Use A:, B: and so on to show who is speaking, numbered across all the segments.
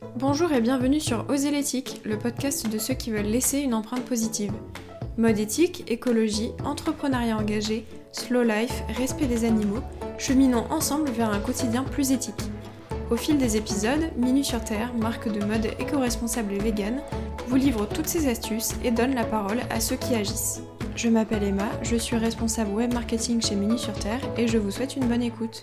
A: Bonjour et bienvenue sur Oser l'éthique, le podcast de ceux qui veulent laisser une empreinte positive. Mode éthique, écologie, entrepreneuriat engagé, slow life, respect des animaux, cheminons ensemble vers un quotidien plus éthique. Au fil des épisodes, Minu sur Terre, marque de mode éco-responsable et vegan, vous livre toutes ses astuces et donne la parole à ceux qui agissent. Je m'appelle Emma, je suis responsable web marketing chez Minu sur Terre et je vous souhaite une bonne écoute.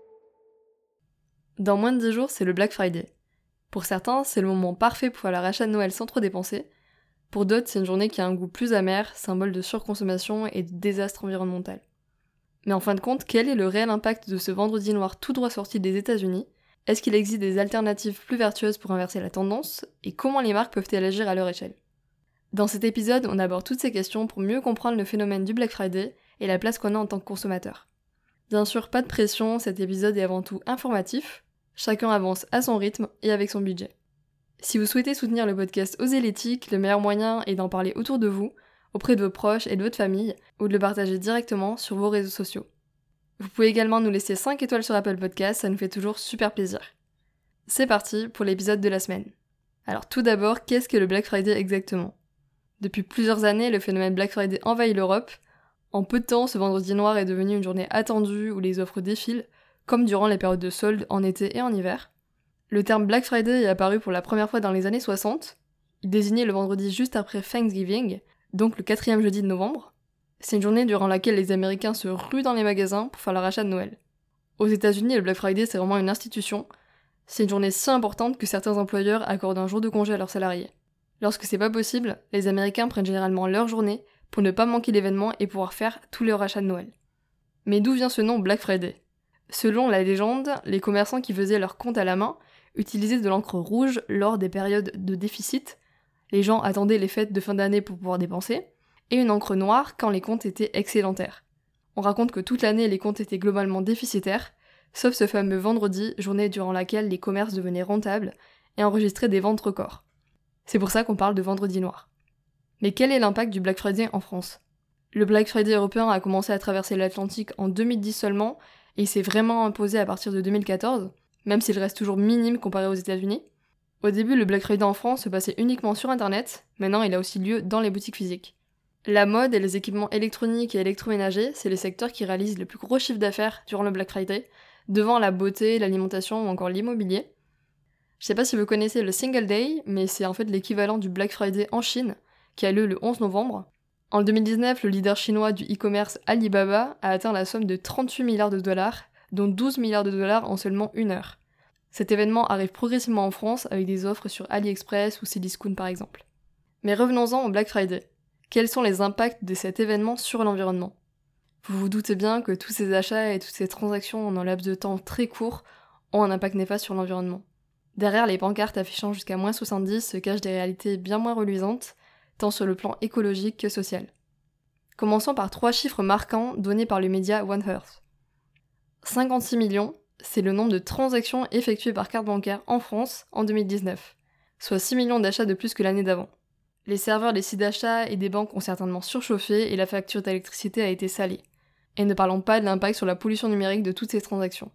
B: Dans moins de 10 jours, c'est le Black Friday. Pour certains, c'est le moment parfait pour faire leur achat de Noël sans trop dépenser. Pour d'autres, c'est une journée qui a un goût plus amer, symbole de surconsommation et de désastre environnemental. Mais en fin de compte, quel est le réel impact de ce vendredi noir tout droit sorti des États-Unis ? Est-ce qu'il existe des alternatives plus vertueuses pour inverser la tendance ? Et comment les marques peuvent-elles agir à leur échelle ? Dans cet épisode, on aborde toutes ces questions pour mieux comprendre le phénomène du Black Friday et la place qu'on a en tant que consommateur. Bien sûr, pas de pression, cet épisode est avant tout informatif. Chacun avance à son rythme et avec son budget. Si vous souhaitez soutenir le podcast Oser l'éthique, le meilleur moyen est d'en parler autour de vous, auprès de vos proches et de votre famille, ou de le partager directement sur vos réseaux sociaux. Vous pouvez également nous laisser 5 étoiles sur Apple Podcast, ça nous fait toujours super plaisir. C'est parti pour l'épisode de la semaine. Alors tout d'abord, qu'est-ce que le Black Friday exactement ? Depuis plusieurs années, le phénomène Black Friday envahit l'Europe. En peu de temps, ce vendredi noir est devenu une journée attendue où les offres défilent, comme durant les périodes de soldes en été et en hiver. Le terme Black Friday est apparu pour la première fois dans les années 60. Il désignait le vendredi juste après Thanksgiving, donc le 4e jeudi de novembre. C'est une journée durant laquelle les Américains se ruent dans les magasins pour faire leur achat de Noël. Aux États-Unis, le Black Friday, c'est vraiment une institution. C'est une journée si importante que certains employeurs accordent un jour de congé à leurs salariés. Lorsque c'est pas possible, les Américains prennent généralement leur journée pour ne pas manquer l'événement et pouvoir faire tous leurs achats de Noël. Mais d'où vient ce nom Black Friday ? Selon la légende, les commerçants qui faisaient leur compte à la main utilisaient de l'encre rouge lors des périodes de déficit. Les gens attendaient les fêtes de fin d'année pour pouvoir dépenser, et une encre noire quand les comptes étaient excédentaires. On raconte que toute l'année les comptes étaient globalement déficitaires, sauf ce fameux vendredi, journée durant laquelle les commerces devenaient rentables et enregistraient des ventes records. C'est pour ça qu'on parle de vendredi noir. Mais quel est l'impact du Black Friday en France ? Le Black Friday européen a commencé à traverser l'Atlantique en 2010 seulement, et il s'est vraiment imposé à partir de 2014, même s'il reste toujours minime comparé aux États-Unis. Au début, le Black Friday en France se passait uniquement sur internet, maintenant il a aussi lieu dans les boutiques physiques. La mode et les équipements électroniques et électroménagers, c'est les secteurs qui réalisent le plus gros chiffre d'affaires durant le Black Friday, devant la beauté, l'alimentation ou encore l'immobilier. Je sais pas si vous connaissez le Single Day, mais c'est en fait l'équivalent du Black Friday en Chine, qui a lieu le 11 novembre. En 2019, le leader chinois du e-commerce Alibaba a atteint la somme de 38 milliards de dollars, dont 12 milliards de dollars en seulement une heure. Cet événement arrive progressivement en France avec des offres sur AliExpress ou Cdiscount par exemple. Mais revenons-en au Black Friday. Quels sont les impacts de cet événement sur l'environnement ? Vous vous doutez bien que tous ces achats et toutes ces transactions en un laps de temps très court ont un impact néfaste sur l'environnement. Derrière les pancartes affichant jusqu'à moins 70 se cachent des réalités bien moins reluisantes, tant sur le plan écologique que social. Commençons par 3 chiffres marquants donnés par le média One Earth. 56 millions, c'est le nombre de transactions effectuées par carte bancaire en France en 2019, soit 6 millions d'achats de plus que l'année d'avant. Les serveurs des sites d'achat et des banques ont certainement surchauffé et la facture d'électricité a été salée. Et ne parlons pas de l'impact sur la pollution numérique de toutes ces transactions.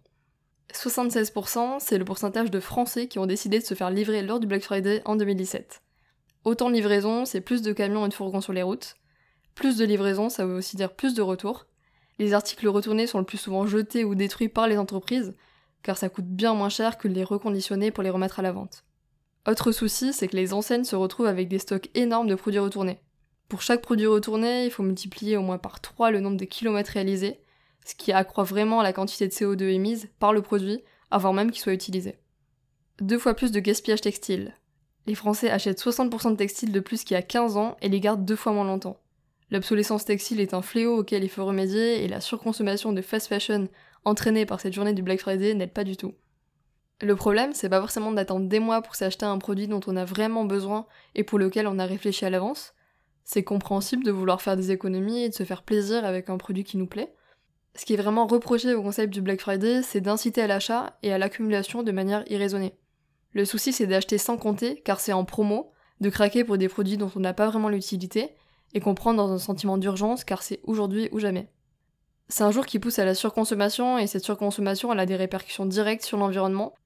B: 76%, c'est le pourcentage de Français qui ont décidé de se faire livrer lors du Black Friday en 2017. Autant de livraison, c'est plus de camions et de fourgons sur les routes. Plus de livraison, ça veut aussi dire plus de retours. Les articles retournés sont le plus souvent jetés ou détruits par les entreprises, car ça coûte bien moins cher que de les reconditionner pour les remettre à la vente. Autre souci, c'est que les enseignes se retrouvent avec des stocks énormes de produits retournés. Pour chaque produit retourné, il faut multiplier au moins par 3 le nombre de kilomètres réalisés, ce qui accroît vraiment la quantité de CO2 émise par le produit, avant même qu'il soit utilisé. 2 fois plus de gaspillage textile. Les Français achètent 60% de textiles de plus qu'il y a 15 ans et les gardent 2 fois moins longtemps. L'obsolescence textile est un fléau auquel il faut remédier et la surconsommation de fast fashion entraînée par cette journée du Black Friday n'aide pas du tout. Le problème, c'est pas forcément d'attendre des mois pour s'acheter un produit dont on a vraiment besoin et pour lequel on a réfléchi à l'avance. C'est compréhensible de vouloir faire des économies et de se faire plaisir avec un produit qui nous plaît. Ce qui est vraiment reproché au concept du Black Friday, c'est d'inciter à l'achat et à l'accumulation de manière irraisonnée. Le souci, c'est d'acheter sans compter, car c'est en promo, de craquer pour des produits dont on n'a pas vraiment l'utilité, et qu'on prend dans un sentiment d'urgence, car c'est aujourd'hui ou jamais. C'est un jour qui pousse à la surconsommation, et cette surconsommation, elle a des répercussions directes sur l'environnement,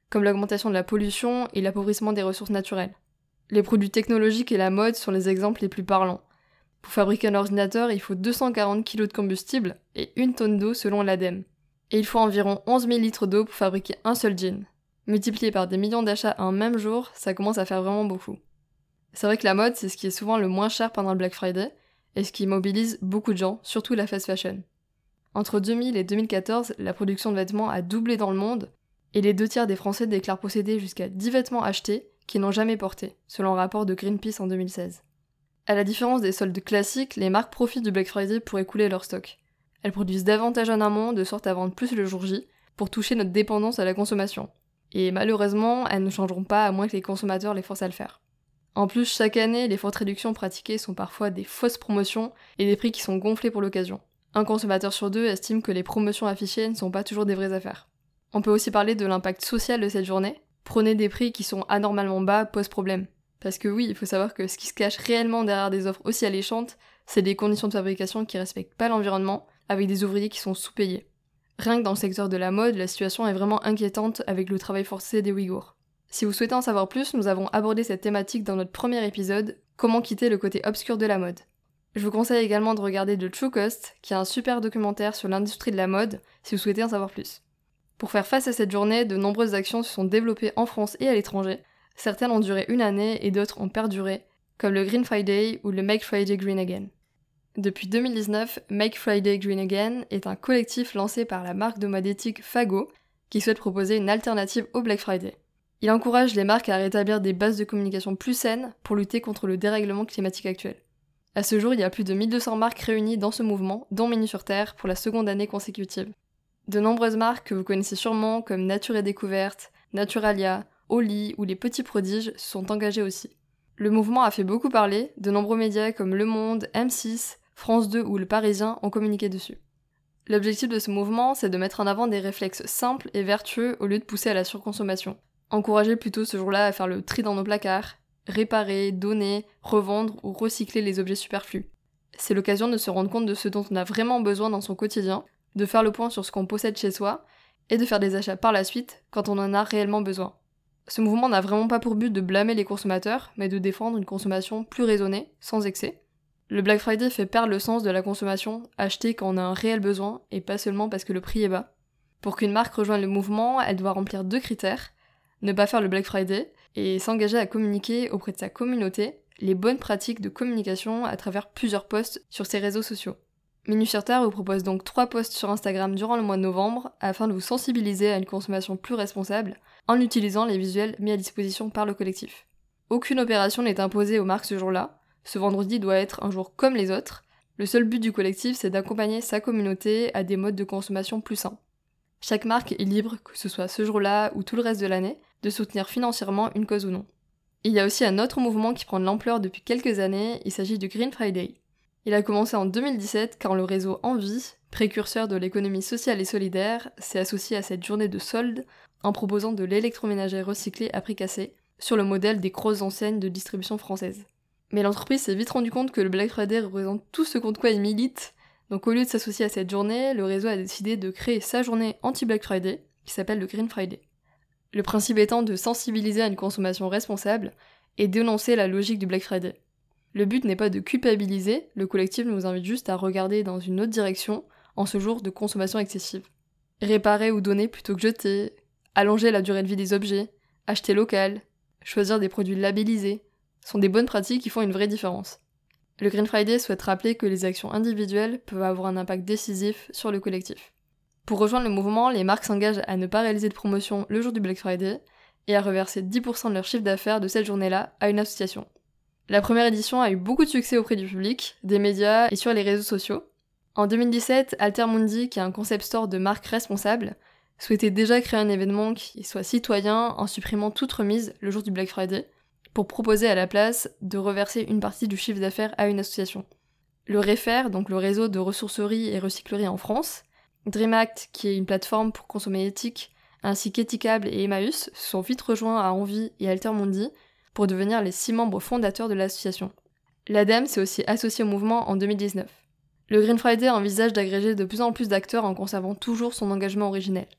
B: comme l'augmentation de la pollution et l'appauvrissement des ressources naturelles. Les produits technologiques et la mode sont les exemples les plus parlants. Pour fabriquer un ordinateur, il faut 240 kg de combustible et 1 tonne d'eau selon l'ADEME. Et il faut environ 11 000 litres d'eau pour fabriquer un seul jean. Multiplié par des millions d'achats un même jour, ça commence à faire vraiment beaucoup. C'est vrai que la mode, c'est ce qui est souvent le moins cher pendant le Black Friday, et ce qui mobilise beaucoup de gens, surtout la fast fashion. Entre 2000 et 2014, la production de vêtements a doublé dans le monde, et les 2 tiers des Français déclarent posséder jusqu'à 10 vêtements achetés qu'ils n'ont jamais portés, selon un rapport de Greenpeace en 2016. À la différence des soldes classiques, les marques profitent du Black Friday pour écouler leur stock. Elles produisent davantage en amont, de sorte à vendre plus le jour J, pour toucher notre dépendance à la consommation. Et malheureusement, elles ne changeront pas à moins que les consommateurs les forcent à le faire. En plus, chaque année, les fortes réductions pratiquées sont parfois des fausses promotions et des prix qui sont gonflés pour l'occasion. Un consommateur sur 2 estime que les promotions affichées ne sont pas toujours des vraies affaires. On peut aussi parler de l'impact social de cette journée. Prôner des prix qui sont anormalement bas pose problème. Parce que oui, il faut savoir que ce qui se cache réellement derrière des offres aussi alléchantes, c'est des conditions de fabrication qui respectent pas l'environnement, avec des ouvriers qui sont sous-payés. Rien que dans le secteur de la mode, la situation est vraiment inquiétante avec le travail forcé des Ouïghours. Si vous souhaitez en savoir plus, nous avons abordé cette thématique dans notre premier épisode, Comment quitter le côté obscur de la mode. Je vous conseille également de regarder The True Cost, qui est un super documentaire sur l'industrie de la mode, si vous souhaitez en savoir plus. Pour faire face à cette journée, de nombreuses actions se sont développées en France et à l'étranger. Certaines ont duré 1 année et d'autres ont perduré, comme le Green Friday ou le Make Friday Green Again. Depuis 2019, Make Friday Green Again est un collectif lancé par la marque de mode éthique Fago, qui souhaite proposer une alternative au Black Friday. Il encourage les marques à rétablir des bases de communication plus saines pour lutter contre le dérèglement climatique actuel. À ce jour, il y a plus de 1200 marques réunies dans ce mouvement, dont Menu sur Terre, pour la 2e année consécutive. De nombreuses marques que vous connaissez sûrement, comme Nature et Découverte, Naturalia, Oli ou Les Petits Prodiges, se sont engagées aussi. Le mouvement a fait beaucoup parler, de nombreux médias comme Le Monde, M6, France 2 ou Le Parisien ont communiqué dessus. L'objectif de ce mouvement, c'est de mettre en avant des réflexes simples et vertueux au lieu de pousser à la surconsommation. Encourager plutôt ce jour-là à faire le tri dans nos placards, réparer, donner, revendre ou recycler les objets superflus. C'est l'occasion de se rendre compte de ce dont on a vraiment besoin dans son quotidien, de faire le point sur ce qu'on possède chez soi, et de faire des achats par la suite quand on en a réellement besoin. Ce mouvement n'a vraiment pas pour but de blâmer les consommateurs, mais de défendre une consommation plus raisonnée, sans excès. Le Black Friday fait perdre le sens de la consommation, acheter quand on a un réel besoin, et pas seulement parce que le prix est bas. Pour qu'une marque rejoigne le mouvement, elle doit remplir 2 critères, ne pas faire le Black Friday, et s'engager à communiquer auprès de sa communauté les bonnes pratiques de communication à travers plusieurs posts sur ses réseaux sociaux. Menu sur Terre vous propose donc 3 posts sur Instagram durant le mois de novembre afin de vous sensibiliser à une consommation plus responsable en utilisant les visuels mis à disposition par le collectif. Aucune opération n'est imposée aux marques ce jour-là, ce vendredi doit être un jour comme les autres. Le seul but du collectif, c'est d'accompagner sa communauté à des modes de consommation plus sains. Chaque marque est libre, que ce soit ce jour-là ou tout le reste de l'année, de soutenir financièrement une cause ou non. Il y a aussi un autre mouvement qui prend de l'ampleur depuis quelques années, il s'agit du Green Friday. Il a commencé en 2017 quand le réseau Envie, précurseur de l'économie sociale et solidaire, s'est associé à cette journée de solde en proposant de l'électroménager recyclé à prix cassé, sur le modèle des grosses enseignes de distribution françaises. Mais l'entreprise s'est vite rendu compte que le Black Friday représente tout ce contre quoi il milite, donc au lieu de s'associer à cette journée, le réseau a décidé de créer sa journée anti-Black Friday, qui s'appelle le Green Friday. Le principe étant de sensibiliser à une consommation responsable et dénoncer la logique du Black Friday. Le but n'est pas de culpabiliser, le collectif nous invite juste à regarder dans une autre direction en ce jour de consommation excessive. Réparer ou donner plutôt que jeter, allonger la durée de vie des objets, acheter local, choisir des produits labellisés, sont des bonnes pratiques qui font une vraie différence. Le Green Friday souhaite rappeler que les actions individuelles peuvent avoir un impact décisif sur le collectif. Pour rejoindre le mouvement, les marques s'engagent à ne pas réaliser de promotion le jour du Black Friday et à reverser 10% de leur chiffre d'affaires de cette journée-là à une association. La première édition a eu beaucoup de succès auprès du public, des médias et sur les réseaux sociaux. En 2017, Altermundi, qui est un concept store de marques responsables, souhaitait déjà créer un événement qui soit citoyen en supprimant toute remise le jour du Black Friday, pour proposer à la place de reverser une partie du chiffre d'affaires à une association. Le REFER, donc le réseau de ressourceries et recycleries en France, DreamAct, qui est une plateforme pour consommer éthique, ainsi qu'Ethicable et Emmaüs, se sont vite rejoints à Envie et Altermundi pour devenir les 6 membres fondateurs de l'association. L'ADEME s'est aussi associée au mouvement en 2019. Le Green Friday envisage d'agréger de plus en plus d'acteurs en conservant toujours son engagement originel.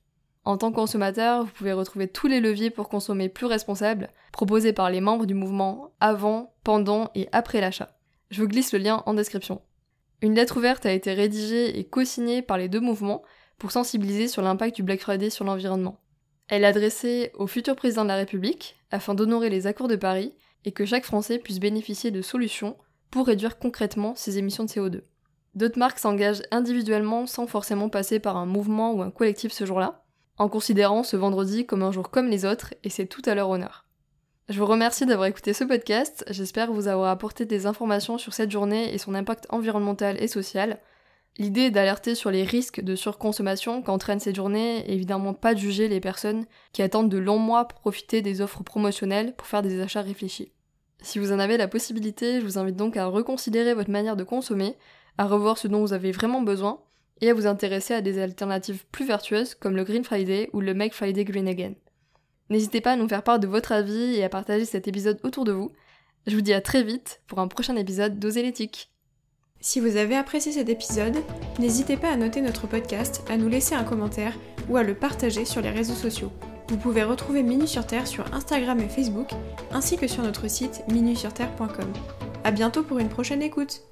B: En tant que consommateur, vous pouvez retrouver tous les leviers pour consommer plus responsable, proposés par les membres du mouvement avant, pendant et après l'achat. Je vous glisse le lien en description. Une lettre ouverte a été rédigée et co-signée par les deux mouvements pour sensibiliser sur l'impact du Black Friday sur l'environnement. Elle est adressée au futur président de la République afin d'honorer les accords de Paris et que chaque Français puisse bénéficier de solutions pour réduire concrètement ses émissions de CO2. D'autres marques s'engagent individuellement sans forcément passer par un mouvement ou un collectif ce jour-là, en considérant ce vendredi comme un jour comme les autres, et c'est tout à leur honneur. Je vous remercie d'avoir écouté ce podcast, j'espère vous avoir apporté des informations sur cette journée et son impact environnemental et social. L'idée est d'alerter sur les risques de surconsommation qu'entraîne cette journée et évidemment pas de juger les personnes qui attendent de longs mois pour profiter des offres promotionnelles pour faire des achats réfléchis. Si vous en avez la possibilité, je vous invite donc à reconsidérer votre manière de consommer, à revoir ce dont vous avez vraiment besoin, et à vous intéresser à des alternatives plus vertueuses comme le Green Friday ou le Make Friday Green Again. N'hésitez pas à nous faire part de votre avis et à partager cet épisode autour de vous. Je vous dis à très vite pour un prochain épisode d'Oser l'éthique.
A: Si vous avez apprécié cet épisode, n'hésitez pas à noter notre podcast, à nous laisser un commentaire ou à le partager sur les réseaux sociaux. Vous pouvez retrouver Minus sur Terre sur Instagram et Facebook, ainsi que sur notre site minusurterre.com. À bientôt pour une prochaine écoute.